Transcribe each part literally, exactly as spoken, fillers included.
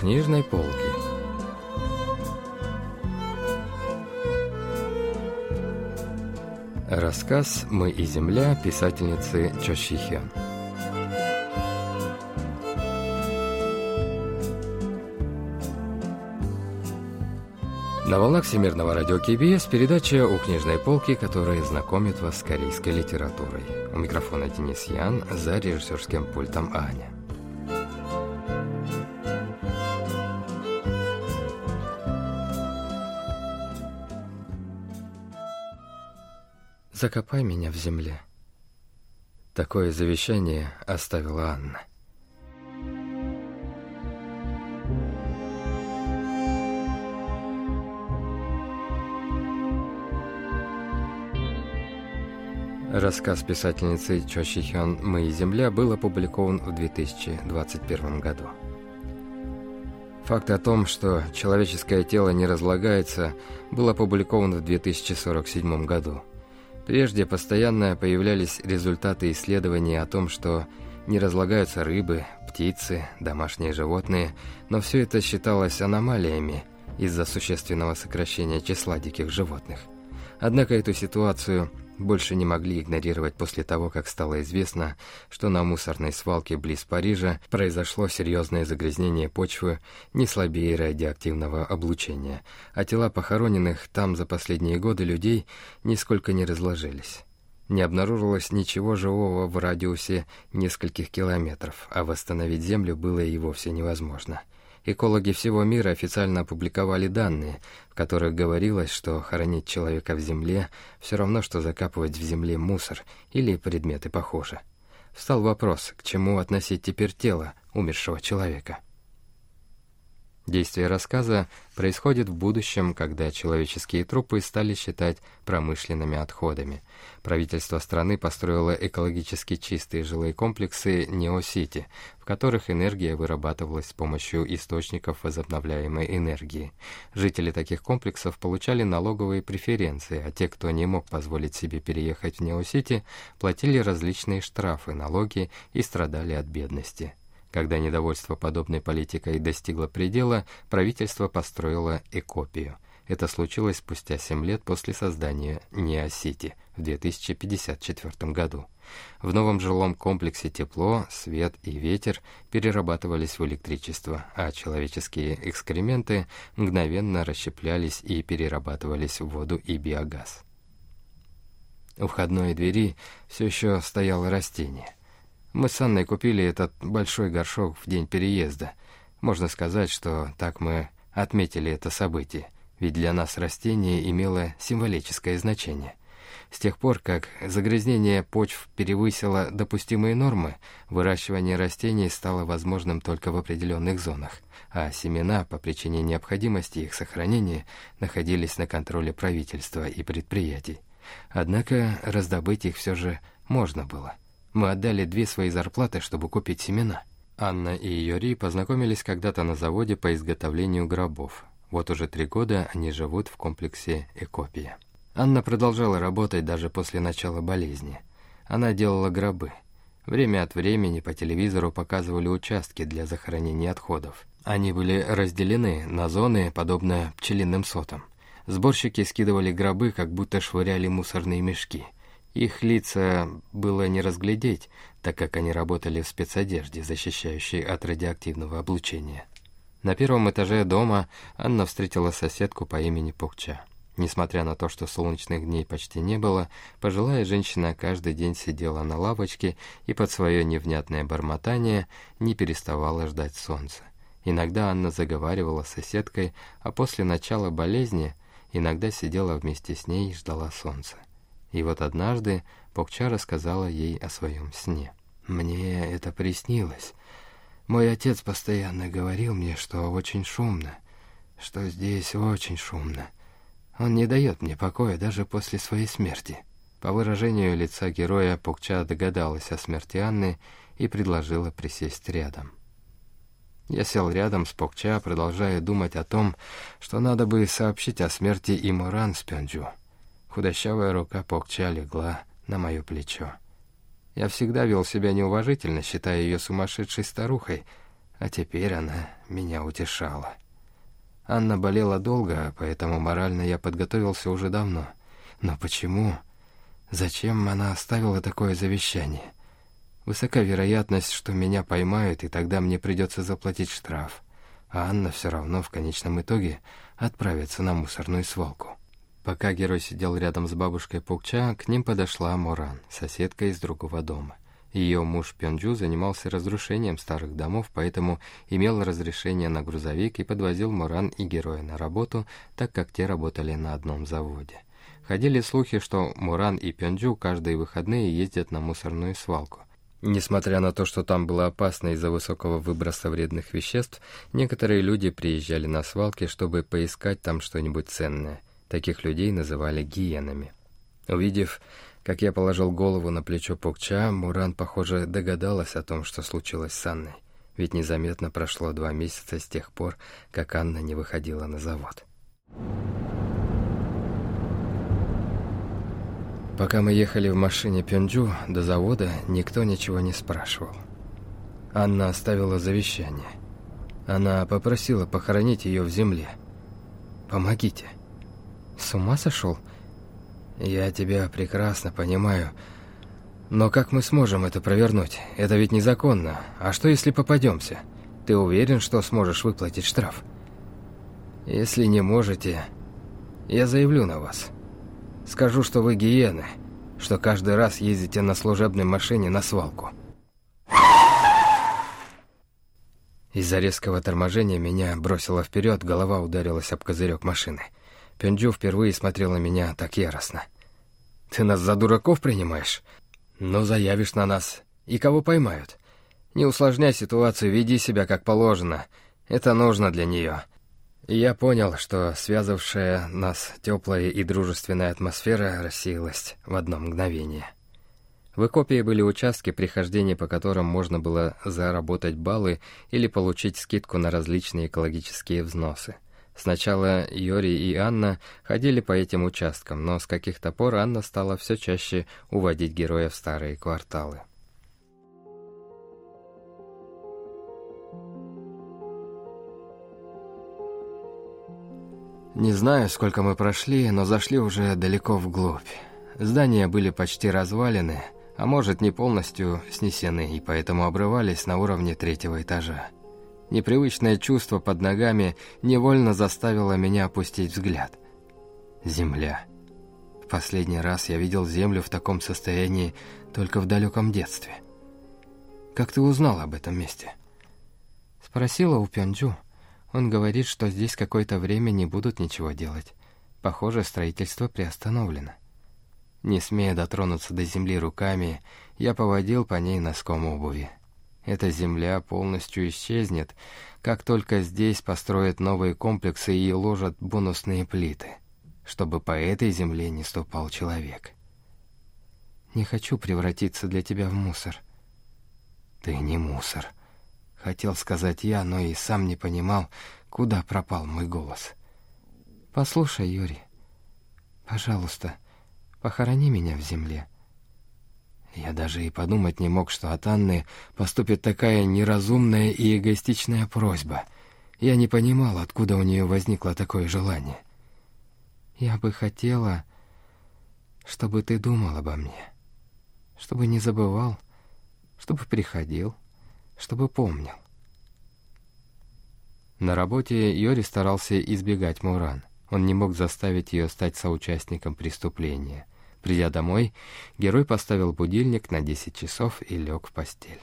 книжной полки. Рассказ «Мы и земля» писательницы Чо Си Хён. На волнах Всемирного радио Кей Би Эс передача «У книжной полки», которая знакомит вас с корейской литературой. У микрофона Денис Ян, за режиссерским пультом Аня. «Закопай меня в земле». Такое завещание оставила Анна. Рассказ писательницы Чо Си Хён «Мы и земля» был опубликован в две тысячи двадцать первом году. Факт о том, что человеческое тело не разлагается, был опубликован в две тысячи сорок седьмом году. Прежде постоянно появлялись результаты исследований о том, что не разлагаются рыбы, птицы, домашние животные, но все это считалось аномалиями из-за существенного сокращения числа диких животных. Однако эту ситуацию больше не могли игнорировать после того, как стало известно, что на мусорной свалке близ Парижа произошло серьезное загрязнение почвы не слабее радиоактивного облучения, а тела похороненных там за последние годы людей нисколько не разложились. Не обнаружилось ничего живого в радиусе нескольких километров, а восстановить Землю было и вовсе невозможно. Экологи всего мира официально опубликовали данные, в которых говорилось, что хоронить человека в земле все равно, что закапывать в земле мусор или предметы похожие. Встал вопрос, к чему относить теперь тело умершего человека. Действие рассказа происходит в будущем, когда человеческие трупы стали считать промышленными отходами. Правительство страны построило экологически чистые жилые комплексы Нео-Сити, в которых энергия вырабатывалась с помощью источников возобновляемой энергии. Жители таких комплексов получали налоговые преференции, а те, кто не мог позволить себе переехать в Нео-Сити, платили различные штрафы, налоги и страдали от бедности. Когда недовольство подобной политикой достигло предела, правительство построило Экопию. Это случилось спустя семь лет после создания Нео-Сити в две тысячи пятьдесят четвёртом году. В новом жилом комплексе тепло, свет и ветер перерабатывались в электричество, а человеческие экскременты мгновенно расщеплялись и перерабатывались в воду и биогаз. У входной двери все еще стояло растение. Мы с Анной купили этот большой горшок в день переезда. Можно сказать, что так мы отметили это событие, ведь для нас растение имело символическое значение. С тех пор, как загрязнение почв перевысило допустимые нормы, выращивание растений стало возможным только в определенных зонах, а семена, по причине необходимости их сохранения, находились на контроле правительства и предприятий. Однако раздобыть их все же можно было. Мы отдали две свои зарплаты, чтобы купить семена. Анна и Йори познакомились когда-то на заводе по изготовлению гробов. Вот уже три года они живут в комплексе Экопия. Анна продолжала работать даже после начала болезни. Она делала гробы. Время от времени по телевизору показывали участки для захоронения отходов. Они были разделены на зоны, подобно пчелиным сотам. Сборщики скидывали гробы, как будто швыряли мусорные мешки. Их лица было не разглядеть, так как они работали в спецодежде, защищающей от радиоактивного облучения. На первом этаже дома Анна встретила соседку по имени Пукча. Несмотря на то, что солнечных дней почти не было, пожилая женщина каждый день сидела на лавочке и под свое невнятное бормотание не переставала ждать солнца. Иногда Анна заговаривала с соседкой, а после начала болезни иногда сидела вместе с ней и ждала солнца. И вот однажды Пукча рассказала ей о своем сне. «Мне это приснилось. Мой отец постоянно говорил мне, что очень шумно, что здесь очень шумно. Он не дает мне покоя даже после своей смерти». По выражению лица героя Пукча догадалась о смерти Анны и предложила присесть рядом. Я сел рядом с Пукча, продолжая думать о том, что надо бы сообщить о смерти Иморан Спёнджу. Худощавая рука Пукча легла на мое плечо. Я всегда вел себя неуважительно, считая ее сумасшедшей старухой, а теперь она меня утешала. Анна болела долго, поэтому морально я подготовился уже давно. Но почему? Зачем она оставила такое завещание? Высока вероятность, что меня поймают, и тогда мне придется заплатить штраф. А Анна все равно в конечном итоге отправится на мусорную свалку. Пока герой сидел рядом с бабушкой Пукча, к ним подошла Моран, соседка из другого дома. Ее муж Пёнджу занимался разрушением старых домов, поэтому имел разрешение на грузовик и подвозил Моран и героя на работу, так как те работали на одном заводе. Ходили слухи, что Моран и Пёнджу каждые выходные ездят на мусорную свалку. Несмотря на то, что там было опасно из-за высокого выброса вредных веществ, некоторые люди приезжали на свалки, чтобы поискать там что-нибудь ценное. Таких людей называли гиенами. Увидев, как я положил голову на плечо Пукча, Моран, похоже, догадалась о том, что случилось с Анной. Ведь незаметно прошло два месяца с тех пор, как Анна не выходила на завод. Пока мы ехали в машине Пёнджу до завода, никто ничего не спрашивал. Анна оставила завещание. Она попросила похоронить ее в земле. «Помогите». «С ума сошел?» «Я тебя прекрасно понимаю. Но как мы сможем это провернуть? Это ведь незаконно. А что, если попадемся? Ты уверен, что сможешь выплатить штраф?» «Если не можете, я заявлю на вас. Скажу, что вы гиены, что каждый раз ездите на служебной машине на свалку». Из-за резкого торможения меня бросило вперед, голова ударилась об козырек машины. Пёнджу впервые смотрел на меня так яростно. «Ты нас за дураков принимаешь? Ну, заявишь на нас. И кого поймают? Не усложняй ситуацию, веди себя как положено. Это нужно для нее». И я понял, что связавшая нас теплая и дружественная атмосфера рассеялась в одно мгновение. В Икопии были участки, при хождении по которым можно было заработать баллы или получить скидку на различные экологические взносы. Сначала Йори и Анна ходили по этим участкам, но с каких-то пор Анна стала все чаще уводить героя в старые кварталы. Не знаю, сколько мы прошли, но зашли уже далеко вглубь. Здания были почти развалены, а может, не полностью снесены, и поэтому обрывались на уровне третьего этажа. Непривычное чувство под ногами невольно заставило меня опустить взгляд. Земля. В последний раз я видел землю в таком состоянии только в далеком детстве. Как ты узнал об этом месте? Спросила у Пёнджу. Он говорит, что здесь какое-то время не будут ничего делать. Похоже, строительство приостановлено. Не смея дотронуться до земли руками, я поводил по ней носком обуви. Эта земля полностью исчезнет, как только здесь построят новые комплексы и ложат бонусные плиты, чтобы по этой земле не ступал человек. Не хочу превратиться для тебя в мусор. Ты не мусор, хотел сказать я, но и сам не понимал, куда пропал мой голос. Послушай, Юрий, пожалуйста, похорони меня в земле. Я даже и подумать не мог, что от Анны поступит такая неразумная и эгоистичная просьба. Я не понимал, откуда у нее возникло такое желание. Я бы хотела, чтобы ты думал обо мне, чтобы не забывал, чтобы приходил, чтобы помнил. На работе Йори старался избегать Моран. Он не мог заставить ее стать соучастником преступления. Придя домой, герой поставил будильник на десять часов и лег в постель.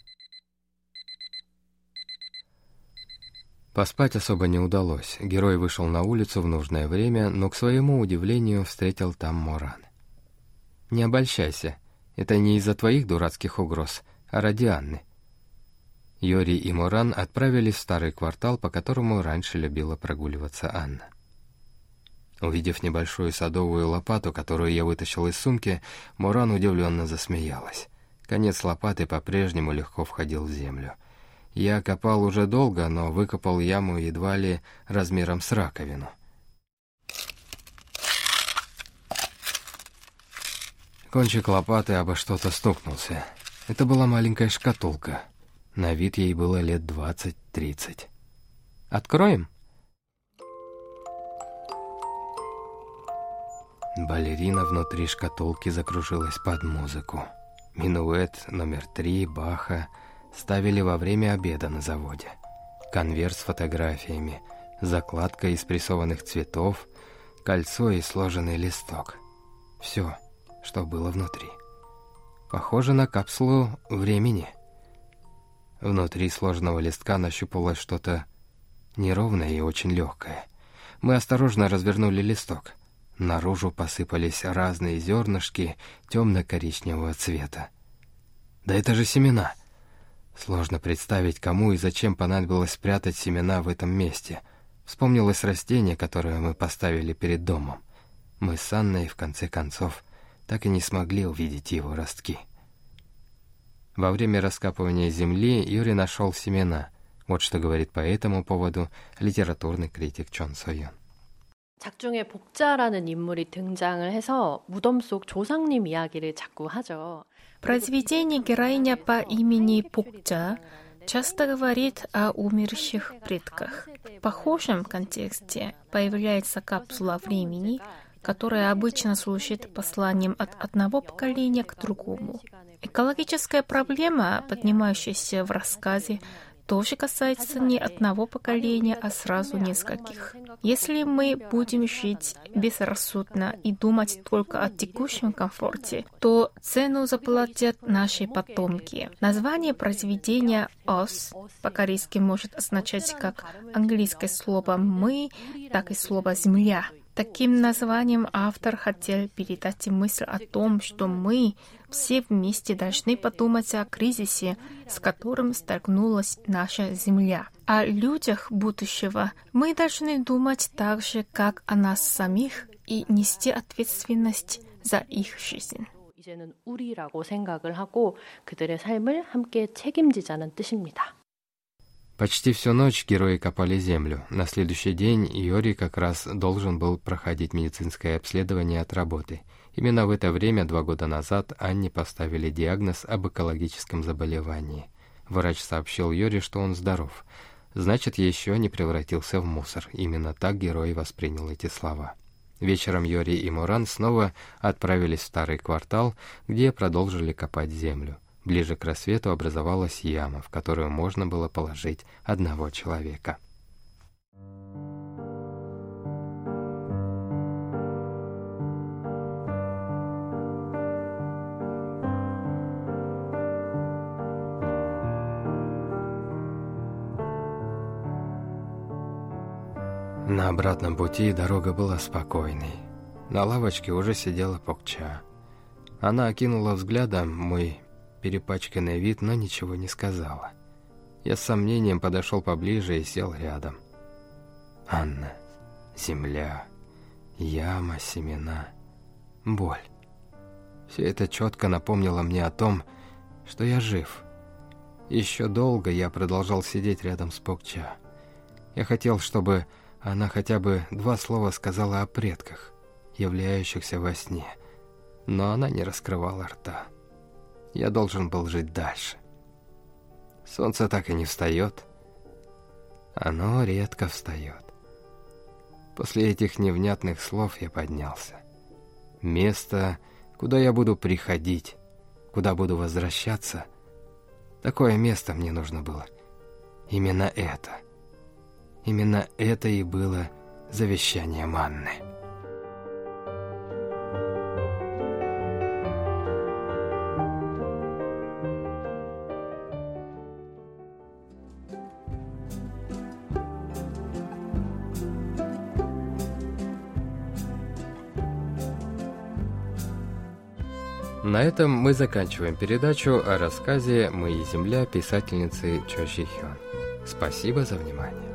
Поспать особо не удалось. Герой вышел на улицу в нужное время, но, к своему удивлению, встретил там Моран. «Не обольщайся, это не из-за твоих дурацких угроз, а ради Анны». Йори и Моран отправились в старый квартал, по которому раньше любила прогуливаться Анна. Увидев небольшую садовую лопату, которую я вытащил из сумки, Моран удивленно засмеялась. Конец лопаты по-прежнему легко входил в землю. Я копал уже долго, но выкопал яму едва ли размером с раковину. Кончик лопаты обо что-то стукнулся. Это была маленькая шкатулка. На вид ей было лет двадцать-тридцать. «Откроем?» Балерина внутри шкатулки закружилась под музыку. Минуэт номер три Баха ставили во время обеда на заводе. Конверт с фотографиями, закладка из прессованных цветов, кольцо и сложенный листок. Все, что было внутри. Похоже на капсулу времени. Внутри сложенного листка нащупалось что-то неровное и очень легкое. Мы осторожно развернули листок. Наружу посыпались разные зернышки темно-коричневого цвета. Да это же семена! Сложно представить, кому и зачем понадобилось спрятать семена в этом месте. Вспомнилось растение, которое мы поставили перед домом. Мы с Анной, в конце концов, так и не смогли увидеть его ростки. Во время раскапывания земли Юрий нашел семена. Вот что говорит по этому поводу литературный критик Чон Со-ён. 작중에 복자라는 인물이 등장을 해서 무덤 속 조상님 이야기를 자꾸 하죠. В произведении героиня по имени Букча часто говорит о умерших предках. В похожем контексте появляется капсула времени, которая обычно служит посланием от одного поколения к другому. Экологическая проблема, поднимающаяся в рассказе, тоже касается не одного поколения, а сразу нескольких. Если мы будем жить безрассудно и думать только о текущем комфорте, то цену заплатят наши потомки. Название произведения «Us» по-корейски может означать как английское слово «мы», так и слово «земля». Таким названием автор хотел передать мысль о том, что мы все вместе должны подумать о кризисе, с которым столкнулась наша Земля. О людях будущего мы должны думать так же, как о нас самих, и нести ответственность за их жизнь. 이제는 우리라고 생각을 하고 그들의 삶을 함께 책임지자는 뜻입니다. Почти всю ночь герои копали землю. На следующий день Йори как раз должен был проходить медицинское обследование от работы. Именно в это время, два года назад, Анне поставили диагноз об экологическом заболевании. Врач сообщил Йори, что он здоров. Значит, еще не превратился в мусор. Именно так герой воспринял эти слова. Вечером Йори и Муран снова отправились в старый квартал, где продолжили копать землю. Ближе к рассвету образовалась яма, в которую можно было положить одного человека. На обратном пути дорога была спокойной. На лавочке уже сидела Букча. Она окинула взглядом мой перепачканный вид, но ничего не сказала. Я с сомнением подошел поближе и сел рядом. Анна, земля, яма, семена, боль. Все это четко напомнило мне о том, что я жив. Еще долго я продолжал сидеть рядом с Букча. Я хотел, чтобы она хотя бы два слова сказала о предках, являющихся во сне, но она не раскрывала рта. Я должен был жить дальше. Солнце так и не встает. Оно редко встает. После этих невнятных слов я поднялся. Место, куда я буду приходить, куда буду возвращаться, такое место мне нужно было. Именно это. Именно это и было завещанием Анны. На этом мы заканчиваем передачу о рассказе «Мы и земля» писательницы Чо Си Хён. Спасибо за внимание.